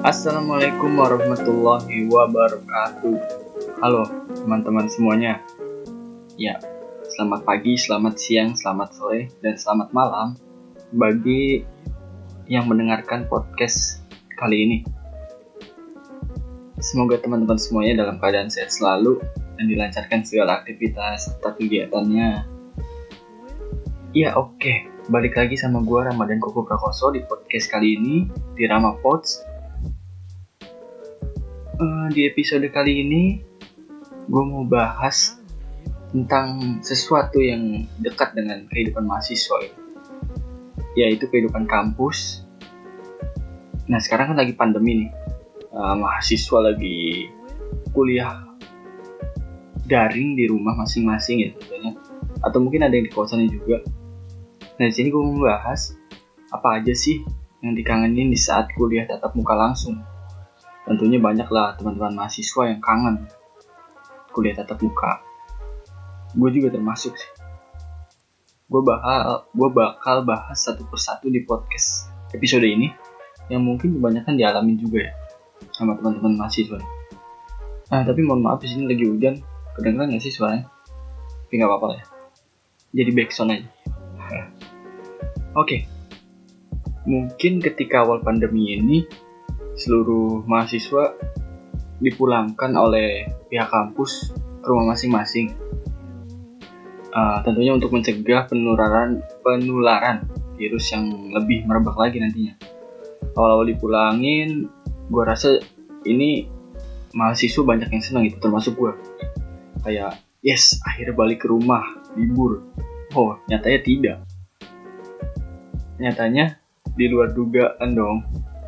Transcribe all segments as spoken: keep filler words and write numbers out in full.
Assalamualaikum warahmatullahi wabarakatuh. Halo teman-teman semuanya. Ya, selamat pagi, selamat siang, selamat sore, dan selamat malam bagi yang mendengarkan podcast kali ini. Semoga teman-teman semuanya dalam keadaan sehat selalu dan dilancarkan segala aktivitas serta kegiatannya. Ya oke, okay. Balik lagi sama gue Ramadan Koko Prakoso di podcast kali ini di Rama Pods. Uh, di episode kali ini gue mau bahas tentang sesuatu yang dekat dengan kehidupan mahasiswa ini, yaitu kehidupan kampus. Nah sekarang kan lagi pandemi nih, uh, mahasiswa lagi kuliah daring di rumah masing-masing ya tentunya, atau mungkin ada yang di kosannya juga. Nah di sini gue mau membahas apa aja sih yang dikangenin di saat kuliah tatap muka langsung. Tentunya banyak lah teman-teman mahasiswa yang kangen kuliah tatap muka. Gue juga termasuk sih. Gue bakal gue bakal bahas satu persatu di podcast episode ini yang mungkin kebanyakan dialamin juga ya sama teman-teman mahasiswa. Nah tapi mohon maaf di sini lagi hujan, kedengeran nggak sih suaranya? Tapi nggak apa-apa lah ya. Jadi backsound aja. Oke, okay. Mungkin ketika awal pandemi ini seluruh mahasiswa dipulangkan oleh pihak kampus ke rumah masing-masing. Uh, tentunya untuk mencegah penularan penularan virus yang lebih merebak lagi nantinya. Awal-awal dipulangin, gue rasa ini mahasiswa banyak yang senang itu, termasuk gue. Kayak yes, akhirnya balik ke rumah, libur. Oh, nyatanya tidak. Nyatanya di luar dugaan dong.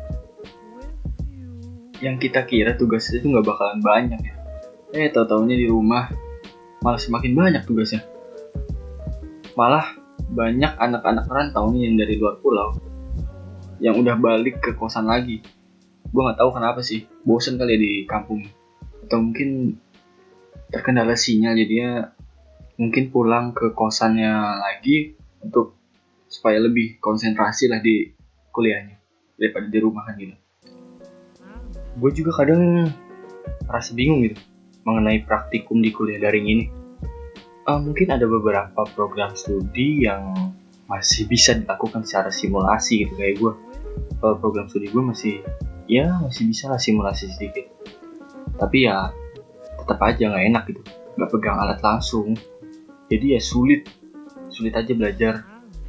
Yang kita kira tugasnya itu gak bakalan banyak ya. Eh tau-taunya di rumah malah semakin banyak tugasnya. Malah banyak anak-anak rantau nih yang dari luar pulau yang udah balik ke kosan lagi. Gue gak tahu kenapa sih, bosen kali ya di kampung. Atau mungkin terkendala sinyal jadinya mungkin pulang ke kosannya lagi untuk supaya lebih konsentrasi lah di kuliahnya daripada di rumah kan gitu. Gue juga kadang merasa bingung gitu mengenai praktikum di kuliah daring ini. Uh, mungkin ada beberapa program studi yang masih bisa dilakukan secara simulasi gitu kayak gue. Kalau program studi gue masih ya masih bisa lah simulasi sedikit. Tapi ya tetap aja nggak enak gitu, nggak pegang alat langsung. Jadi ya sulit, sulit aja belajar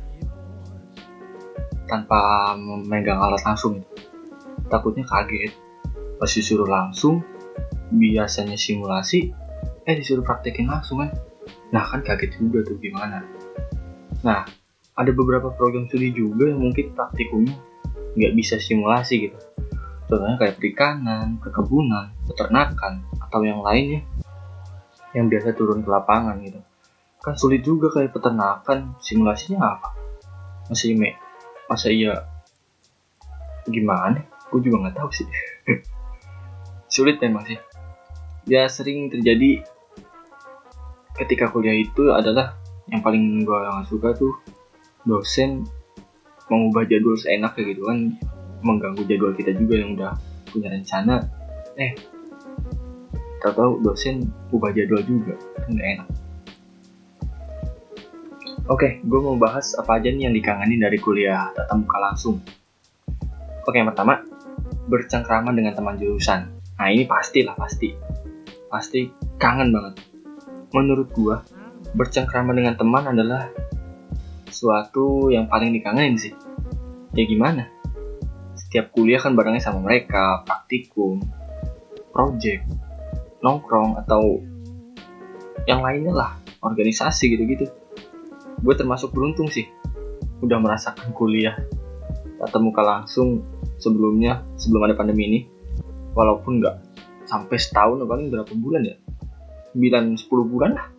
tanpa memegang alat langsung. Takutnya kaget pas disuruh langsung, biasanya simulasi eh disuruh praktekin langsung kan. Nah kan kaget juga tuh gimana. Nah ada beberapa program studi juga yang mungkin praktikumnya nggak bisa simulasi gitu. Contohnya kayak perikanan, perkebunan, peternakan, atau yang lainnya yang biasa turun ke lapangan gitu. Kan sulit juga kayak peternakan, simulasinya apa? Masih me Masa iya gimana? Gue juga nggak tahu sih. Sulit memang sih. Ya sering terjadi ketika kuliah itu adalah yang paling gue nggak suka tuh dosen mengubah jadwal seenaknya gitu kan, mengganggu jadwal kita juga yang udah punya rencana. Eh, tahu-tahu dosen ubah jadwal juga, kan nggak enak. Oke, gue mau bahas apa aja nih yang dikangenin dari kuliah tatap muka langsung. Oke, yang pertama, bercengkrama dengan teman jurusan. Nah, ini pastilah, pasti. Pasti kangen banget. Menurut gue, bercengkrama dengan teman adalah suatu yang paling dikangenin sih. Ya gimana? Setiap kuliah kan barengnya sama mereka, praktikum, project, nongkrong, atau yang lainnya lah, organisasi gitu-gitu. Gue termasuk beruntung sih udah merasakan kuliah tatap muka langsung sebelumnya, sebelum ada pandemi ini. Walaupun gak sampai setahun, paling berapa bulan ya, sembilan sepuluh bulan lah.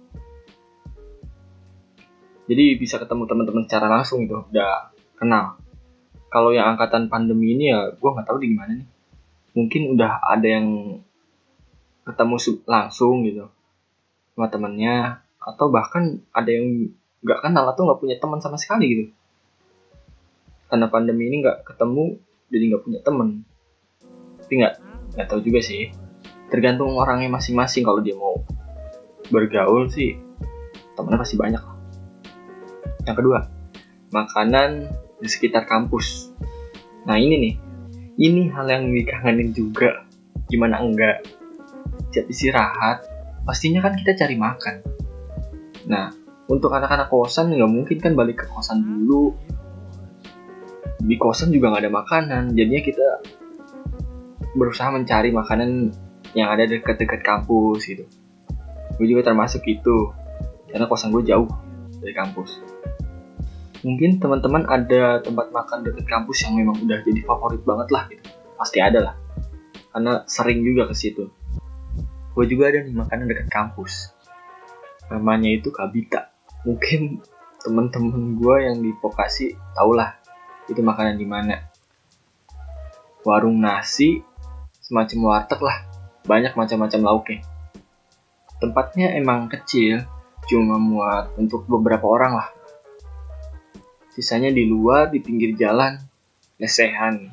Jadi bisa ketemu teman-teman secara langsung gitu, udah kenal. Kalau yang angkatan pandemi ini ya gue gak tahu di gimana nih. Mungkin udah ada yang ketemu langsung gitu sama temennya, atau bahkan ada yang gak kenal atau gak punya teman sama sekali gitu. Karena pandemi ini gak ketemu, jadi gak punya teman. Tapi nggak nggak tahu juga sih. Tergantung orangnya masing-masing. Kalau dia mau bergaul sih, temennya pasti banyak lah. Yang kedua, makanan di sekitar kampus. Nah ini nih, ini hal yang dikangenin juga. Gimana enggak? Setiap istirahat, pastinya kan kita cari makan. Nah, untuk anak-anak kosan nggak mungkin kan balik ke kosan dulu. Di kosan juga nggak ada makanan, jadinya kita berusaha mencari makanan yang ada dekat-dekat kampus gitu. Gue juga termasuk itu, karena kosan gue jauh dari kampus. Mungkin teman-teman ada tempat makan dekat kampus yang memang udah jadi favorit banget lah gitu. Pasti ada lah, karena sering juga ke situ. Gue juga ada nih makanan dekat kampus. Namanya itu Kabita. Mungkin teman-teman gue yang di Vokasi tau lah itu makanan di mana. Warung nasi, semacam warteg lah. Banyak macam-macam lauknya. Tempatnya emang kecil, cuma muat untuk beberapa orang lah. Sisanya di luar, di pinggir jalan, lesehan.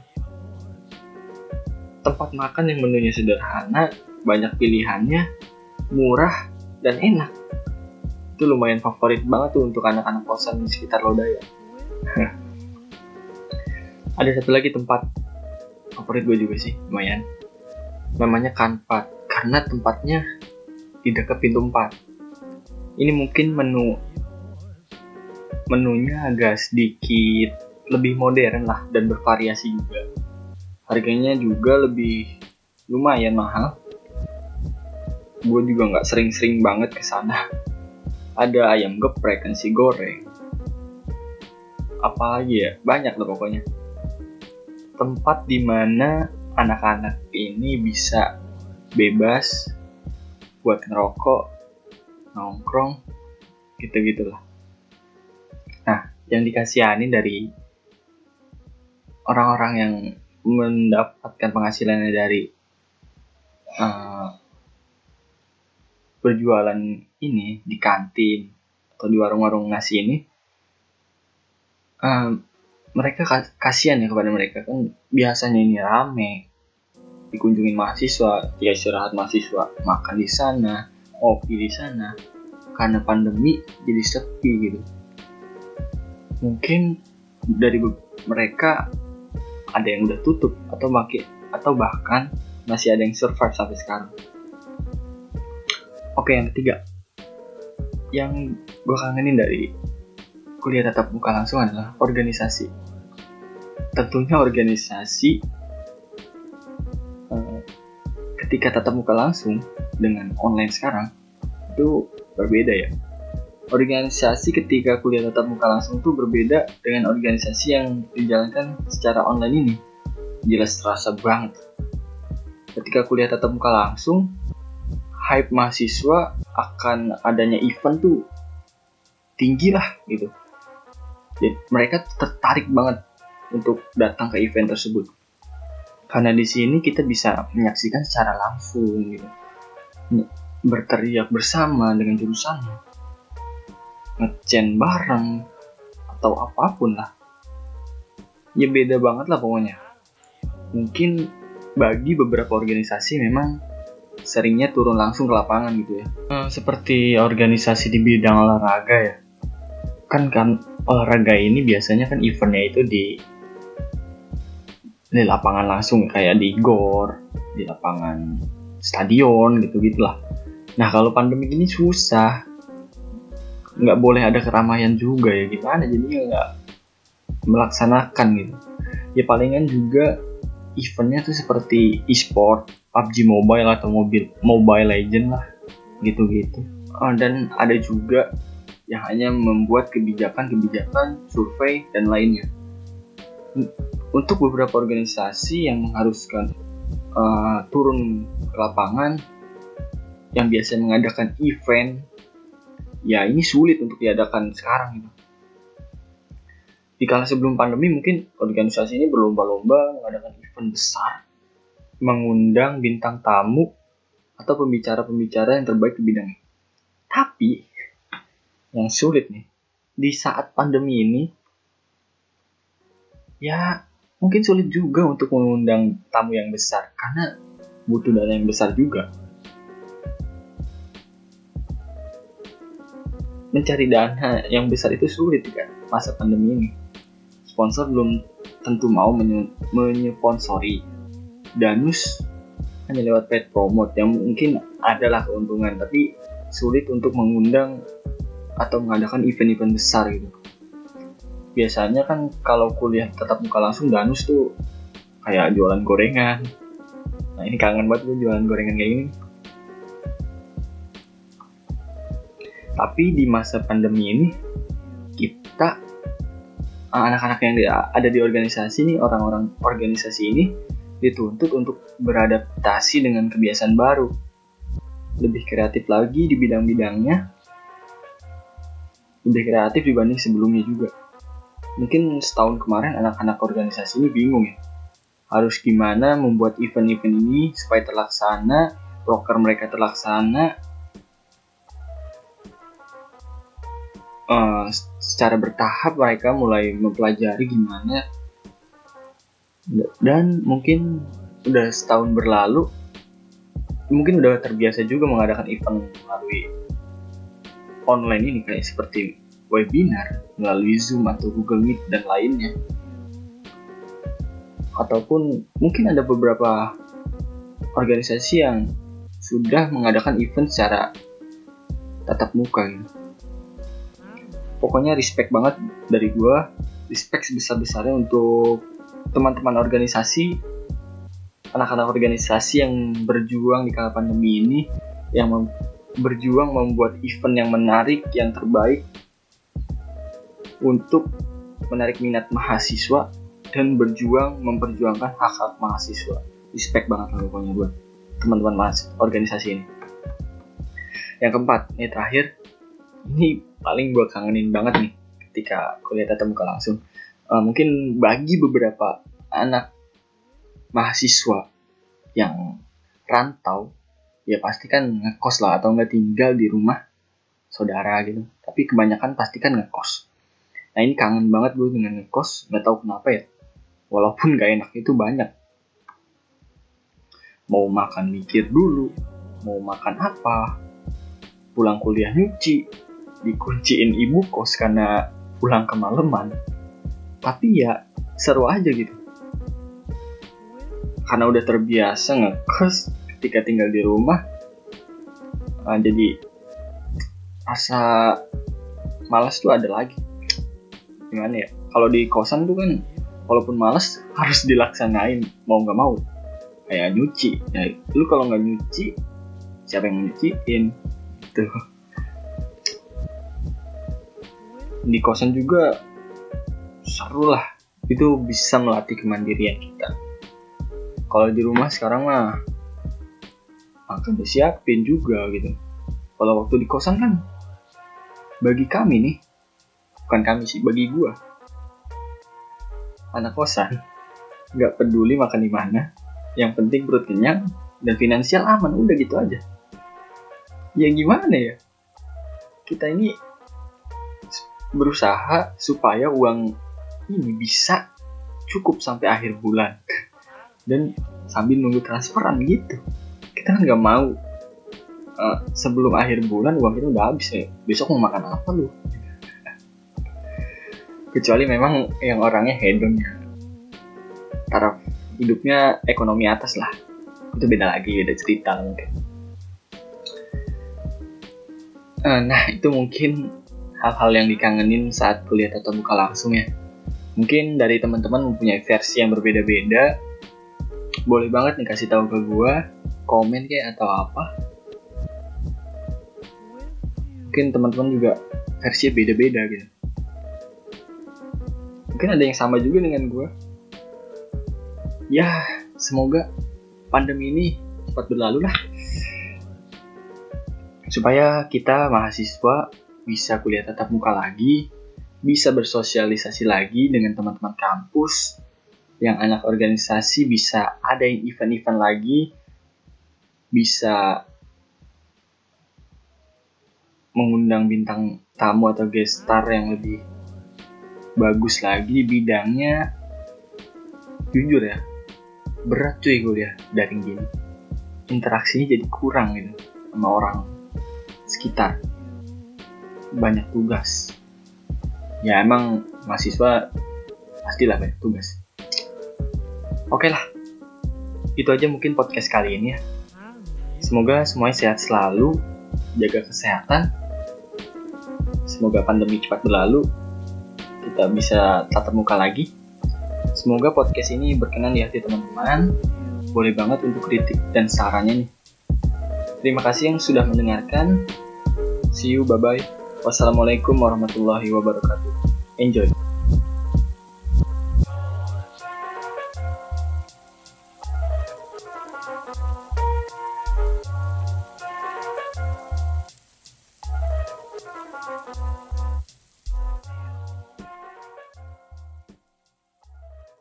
Tempat makan yang menunya sederhana, banyak pilihannya, murah, dan enak. Itu lumayan favorit banget tuh untuk anak-anak kosan di sekitar Lodaya. Ada satu lagi tempat favorit gue juga sih, lumayan. Namanya Kanpat, karena tempatnya di dekat pintu empat. Ini mungkin menu menunya agak sedikit lebih modern lah dan bervariasi juga. Harganya juga lebih lumayan mahal. Gue juga nggak sering-sering banget ke sana. Ada ayam geprek, nasi goreng, apa lagi ya, banyak lah pokoknya. Tempat dimana anak-anak ini bisa bebas buat ngerokok, nongkrong, gitu-gitulah. Nah, yang dikasihani dari orang-orang yang mendapatkan penghasilannya dari uh, berjualan ini di kantin atau di warung-warung nasi ini, uh, mereka kasihan ya kepada mereka, kan biasanya ini rame dikunjungin mahasiswa, ya istirahat mahasiswa, makan di sana, kopi di sana. Karena pandemi jadi sepi gitu. Mungkin dari mereka ada yang udah tutup atau makin atau bahkan masih ada yang survive sampai sekarang. Oke, yang ketiga, yang gue kangenin dari kuliah tatap muka langsung adalah organisasi. Tentunya organisasi eh, ketika tatap muka langsung dengan online sekarang itu berbeda ya. Organisasi ketika kuliah tatap muka langsung itu berbeda dengan organisasi yang dijalankan secara online ini. Jelas terasa banget. Ketika kuliah tatap muka langsung, hype mahasiswa akan adanya event tuh tinggi lah gitu. Jadi mereka tertarik banget untuk datang ke event tersebut. Karena di sini kita bisa menyaksikan secara langsung gitu. Berteriak bersama dengan jurusannya, nge-chain bareng, atau apapun lah. Ya beda banget lah pokoknya. Mungkin bagi beberapa organisasi memang seringnya turun langsung ke lapangan gitu ya. Eh, seperti organisasi di bidang olahraga ya. Kan kan olahraga ini biasanya kan eventnya itu di di lapangan langsung, kayak di gor, di lapangan stadion gitu-gitulah. Nah kalau pandemi ini susah, nggak boleh ada keramaian juga ya, gimana jadinya nggak melaksanakan gitu. Ya palingan juga eventnya tuh seperti e-sport, P U B G Mobile atau mobil Mobile Legend lah, gitu-gitu. Oh, dan ada juga yang hanya membuat kebijakan-kebijakan, survei dan lainnya. Untuk beberapa organisasi yang mengharuskan uh, turun ke lapangan, yang biasa mengadakan event, ya ini sulit untuk diadakan sekarang gitu. Di kala sebelum pandemi mungkin organisasi ini berlomba-lomba mengadakan event besar, mengundang bintang tamu atau pembicara-pembicara yang terbaik di bidangnya. Tapi yang sulit nih, di saat pandemi ini, ya mungkin sulit juga untuk mengundang tamu yang besar karena butuh dana yang besar juga. Mencari dana yang besar itu sulit kan masa pandemi ini. Sponsor belum tentu mau menye- menyponsori. Danus hanya lewat paid promote yang mungkin adalah keuntungan, tapi sulit untuk mengundang atau mengadakan event-event besar gitu. Biasanya kan kalau kuliah tatap muka langsung Danus tuh kayak jualan gorengan. Nah ini kangen banget gue jualan gorengan kayak gini. Tapi di masa pandemi ini kita anak-anak yang ada di organisasi nih, orang-orang organisasi ini dituntut untuk beradaptasi dengan kebiasaan baru, lebih kreatif lagi di bidang-bidangnya, lebih kreatif dibanding sebelumnya juga. Mungkin setahun kemarin anak-anak organisasi ini bingung ya, harus gimana membuat event-event ini supaya terlaksana, proker mereka terlaksana uh, secara bertahap. Mereka mulai mempelajari gimana, dan mungkin udah setahun berlalu, mungkin udah terbiasa juga mengadakan event melalui online ini kayak seperti webinar melalui Zoom atau Google Meet dan lainnya. Ataupun mungkin ada beberapa organisasi yang sudah mengadakan event secara tatap muka gitu. Pokoknya respect banget dari gua, respect sebesar-besarnya untuk teman-teman organisasi, anak-anak organisasi yang berjuang di kala pandemi ini, yang mem- berjuang membuat event yang menarik, yang terbaik untuk menarik minat mahasiswa dan berjuang memperjuangkan hak-hak mahasiswa. Respect banget lah pokoknya buat teman-teman mahasiswa organisasi ini. Yang keempat, ini terakhir, ini paling gue kangenin banget nih ketika kuliah tatap muka langsung. Uh, mungkin bagi beberapa anak mahasiswa yang rantau, ya pasti kan ngekos lah atau nggak tinggal di rumah saudara gitu. Tapi kebanyakan pasti kan ngekos. Nah ini kangen banget gue dengan ngekos, nggak tahu kenapa ya. Walaupun gak enak itu banyak. Mau makan mikir dulu, mau makan apa, pulang kuliah nyuci, dikunciin ibu kos karena pulang kemalaman. Tapi ya seru aja gitu. Karena udah terbiasa ngekos ketika tinggal di rumah, nah, jadi rasa malas tuh ada lagi. Gimana ya? Kalau di kosan tuh kan, walaupun malas harus dilaksanain mau nggak mau. Kayak nyuci. Nah, lu kalau nggak nyuci, siapa yang nyuciin? Gitu. Di kosan juga seru lah. Itu bisa melatih kemandirian kita. Kalau di rumah sekarang mah makan disiapin juga gitu. Kalau waktu di kosan kan, bagi kami nih, bukan kami sih, bagi gua, anak kosan, nggak peduli makan di mana, yang penting perut kenyang dan finansial aman, udah gitu aja. Ya gimana ya? Kita ini berusaha supaya uang ini bisa cukup sampai akhir bulan dan sambil nunggu transferan gitu. Kita kan nggak mau uh, sebelum akhir bulan uang kita udah habis ya. Besok mau makan apa lu? Kecuali memang yang orangnya hedon ya, taraf hidupnya ekonomi atas lah, itu beda lagi, beda cerita mungkin. Nah itu mungkin hal-hal yang dikangenin saat kuliah tatap muka langsung ya. Mungkin dari teman-teman mempunyai versi yang berbeda-beda, boleh banget nih kasih tahu ke gue, komen kayak atau apa. Mungkin teman-teman juga versinya beda-beda gitu. Mungkin ada yang sama juga dengan gue. Ya, semoga pandemi ini cepat berlalu lah. Supaya kita mahasiswa bisa kuliah tatap muka lagi, bisa bersosialisasi lagi dengan teman-teman kampus, yang anak organisasi bisa adain event-event lagi, bisa mengundang bintang tamu atau guest star yang lebih bagus lagi di bidangnya, jujur ya, berat cuy kuliah daring gini. Interaksinya jadi kurang gitu sama orang sekitar. Banyak tugas. Ya emang mahasiswa pastilah banyak tugas. Oke lah, itu aja mungkin podcast kali ini ya. Semoga semuanya sehat selalu, jaga kesehatan. Semoga pandemi cepat berlalu, kita bisa tatap muka lagi. Semoga podcast ini berkenan di hati teman-teman. Boleh banget untuk kritik dan sarannya nih. Terima kasih yang sudah mendengarkan. See you, bye-bye. Wassalamualaikum warahmatullahi wabarakatuh. Enjoy.